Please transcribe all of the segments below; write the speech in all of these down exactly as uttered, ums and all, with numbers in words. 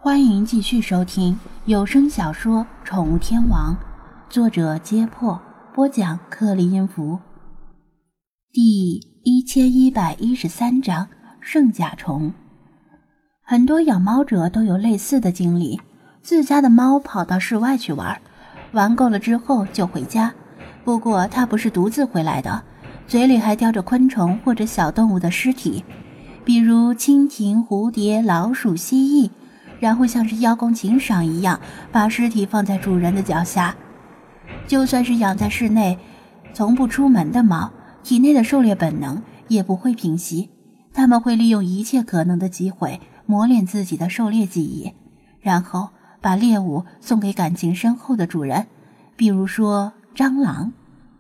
欢迎继续收听有声小说《宠物天王》，作者揭破，播讲克里音符。第一千一百一十三章圣甲虫。很多养猫者都有类似的经历，自家的猫跑到室外去玩，玩够了之后就回家。不过它不是独自回来的，嘴里还叼着昆虫或者小动物的尸体，比如蜻蜓、蝴蝶、老鼠、蜥蜴，然后像是邀功请赏一样把尸体放在主人的脚下。就算是养在室内从不出门的猫，体内的狩猎本能也不会平息，它们会利用一切可能的机会磨练自己的狩猎技艺，然后把猎物送给感情深厚的主人，比如说蟑螂。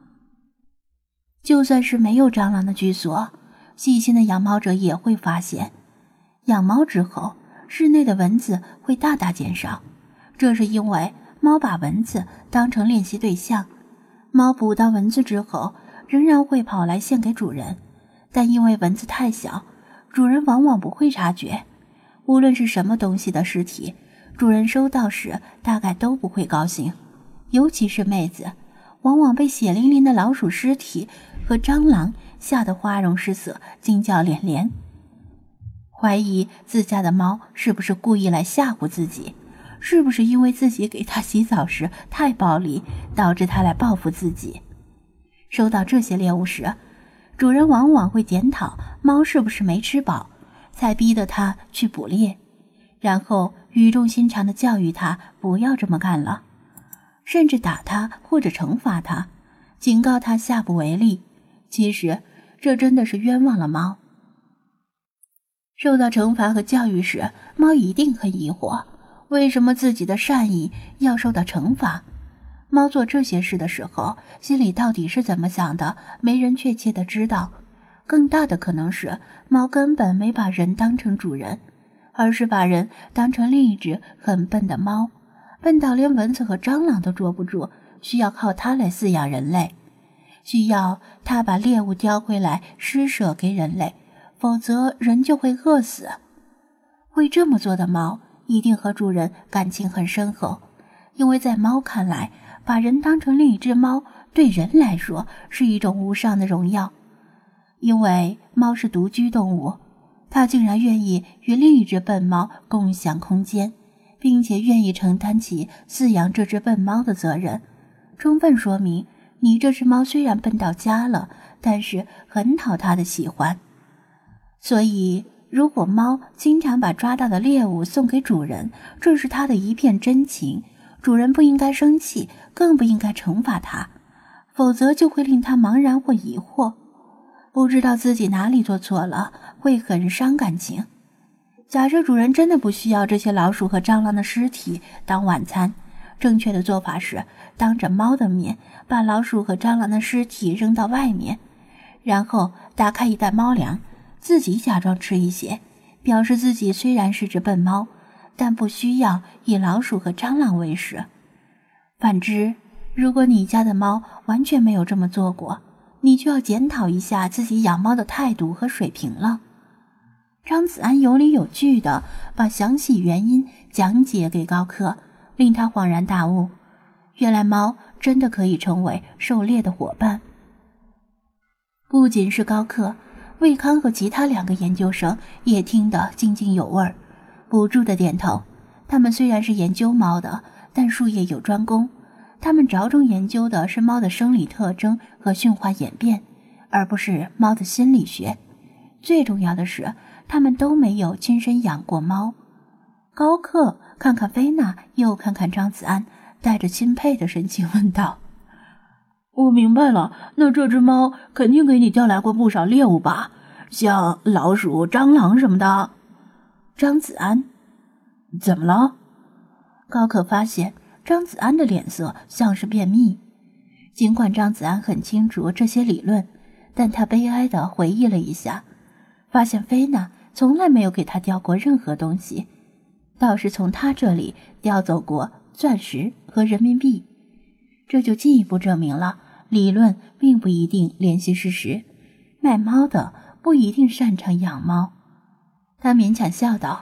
就算是没有蟑螂的居所，细心的养猫者也会发现，养猫之后室内的蚊子会大大减少，这是因为猫把蚊子当成练习对象。猫捕到蚊子之后仍然会跑来献给主人，但因为蚊子太小，主人往往不会察觉。无论是什么东西的尸体，主人收到时大概都不会高兴，尤其是妹子，往往被血淋淋的老鼠尸体和蟑螂吓得花容失色，惊叫连连，怀疑自家的猫是不是故意来吓唬自己，是不是因为自己给它洗澡时太暴力，导致它来报复自己。收到这些猎物时，主人往往会检讨猫是不是没吃饱，才逼得它去捕猎，然后语重心长地教育它不要这么干了，甚至打它或者惩罚它，警告它下不为例。其实这真的是冤枉了猫。受到惩罚和教育时，猫一定很疑惑，为什么自己的善意要受到惩罚？猫做这些事的时候，心里到底是怎么想的，没人确切的知道。更大的可能是，猫根本没把人当成主人，而是把人当成另一只很笨的猫，笨到连蚊子和蟑螂都捉不住，需要靠它来饲养人类，需要它把猎物叼回来施舍给人类，否则人就会饿死。会这么做的猫一定和主人感情很深厚，因为在猫看来，把人当成另一只猫对人来说是一种无上的荣耀。因为猫是独居动物，它竟然愿意与另一只笨猫共享空间，并且愿意承担起饲养这只笨猫的责任，充分说明你这只猫虽然笨到家了，但是很讨它的喜欢。所以如果猫经常把抓到的猎物送给主人，这是它的一片真情，主人不应该生气，更不应该惩罚它，否则就会令它茫然或疑惑，不知道自己哪里做错了，会很伤感情。假设主人真的不需要这些老鼠和蟑螂的尸体当晚餐，正确的做法是当着猫的面把老鼠和蟑螂的尸体扔到外面，然后打开一袋猫粮，自己假装吃一些，表示自己虽然是只笨猫，但不需要以老鼠和蟑螂为食。反之，如果你家的猫完全没有这么做过，你就要检讨一下自己养猫的态度和水平了。张子安有理有据地把详细原因讲解给高克，令他恍然大悟，原来猫真的可以成为狩猎的伙伴。不仅是高克，魏康和其他两个研究生也听得津津有味，不住地点头。他们虽然是研究猫的，但术业有专攻，他们着重研究的是猫的生理特征和驯化演变，而不是猫的心理学。最重要的是，他们都没有亲身养过猫。高克看看菲娜，又看看张子安，带着钦佩的神情问道：我明白了，那这只猫肯定给你调来过不少猎物吧，像老鼠、蟑螂什么的。张子安：怎么了？高克发现张子安的脸色像是便秘。尽管张子安很清楚这些理论，但他悲哀地回忆了一下，发现菲娜从来没有给他调过任何东西，倒是从他这里调走过钻石和人民币。这就进一步证明了理论并不一定联系事实，卖猫的不一定擅长养猫。他勉强笑道：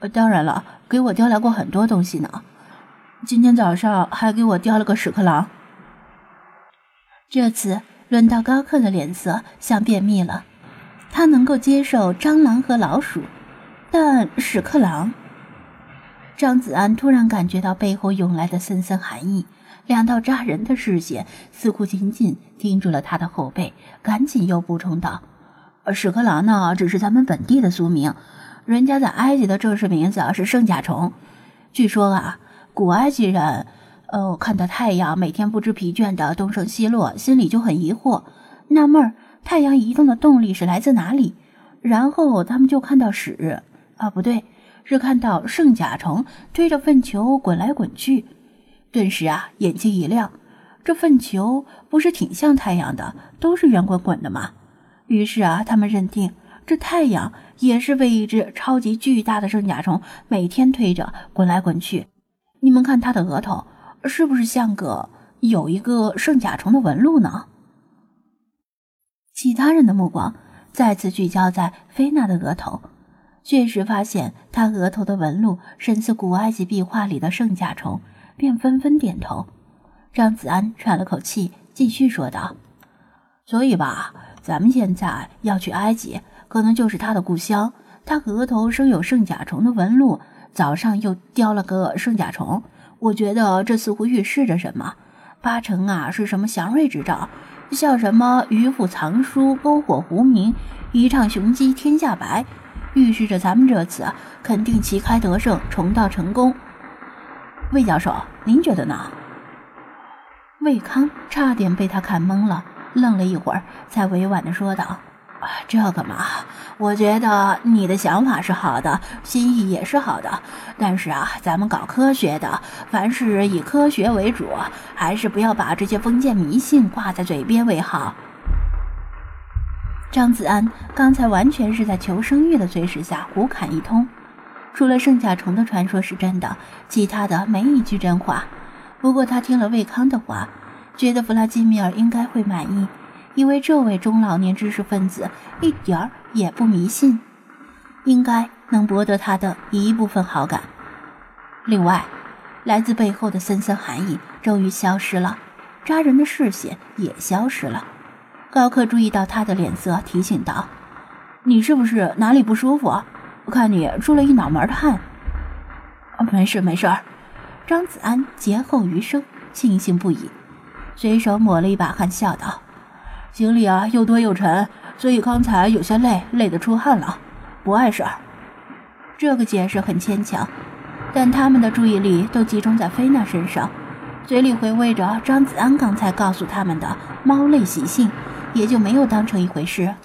当然了，给我叼来过很多东西呢。今天早上还给我叼了个屎壳郎。这次轮到高克的脸色像便秘了。他能够接受蟑螂和老鼠，但屎壳郎……张子安突然感觉到背后涌来的森森寒意，两道扎人的视线似乎紧紧盯住了他的后背，赶紧又补充道：“屎壳郎呢，只是咱们本地的俗名，人家在埃及的正式名字是圣甲虫。据说啊，古埃及人，呃，看到太阳每天不知疲倦的东升西落，心里就很疑惑，纳闷儿太阳移动的动力是来自哪里？然后他们就看到屎，啊，不对，是看到圣甲虫推着粪球滚来滚去。顿时啊，眼睛一亮，这粪球不是挺像太阳的，都是圆滚滚的吗？于是啊，他们认定这太阳也是被一只超级巨大的圣甲虫每天推着滚来滚去。你们看它的额头，是不是像个有一个圣甲虫的纹路呢？”其他人的目光再次聚焦在菲娜的额头，确实发现她额头的纹路神似古埃及壁画里的圣甲虫，便纷纷点头。张子安喘了口气，继续说道：“所以吧，咱们现在要去埃及，可能就是他的故乡。他额头生有圣甲虫的纹路，早上又叼了个圣甲虫，我觉得这似乎预示着什么，八成啊是什么祥瑞之兆。像什么鱼腹藏书，篝火狐鸣，一唱雄鸡天下白，预示着咱们这次肯定旗开得胜，重蹈成功。魏教授，您觉得呢？”魏康差点被他看懵了，愣了一会儿，才委婉地说道：“这个嘛，我觉得你的想法是好的，心意也是好的，但是啊，咱们搞科学的，凡事以科学为主，还是不要把这些封建迷信挂在嘴边为好。”张子安刚才完全是在求生欲的催使下胡侃一通，除了圣甲虫的传说是真的，其他的没一句真话。不过他听了魏康的话，觉得弗拉基米尔应该会满意，因为这位中老年知识分子一点儿也不迷信，应该能博得他的一部分好感。另外，来自背后的森森寒意终于消失了，扎人的视线也消失了。高克注意到他的脸色，提醒道：“你是不是哪里不舒服？我看你出了一脑门的汗。”“没事没事。”张子安劫后余生，庆幸不已，随手抹了一把汗，笑道：“行李啊又多又沉，所以刚才有些累，累得出汗了，不碍事儿。”这个解释很牵强，但他们的注意力都集中在菲娜身上，嘴里回味着张子安刚才告诉他们的猫类习性，也就没有当成一回事。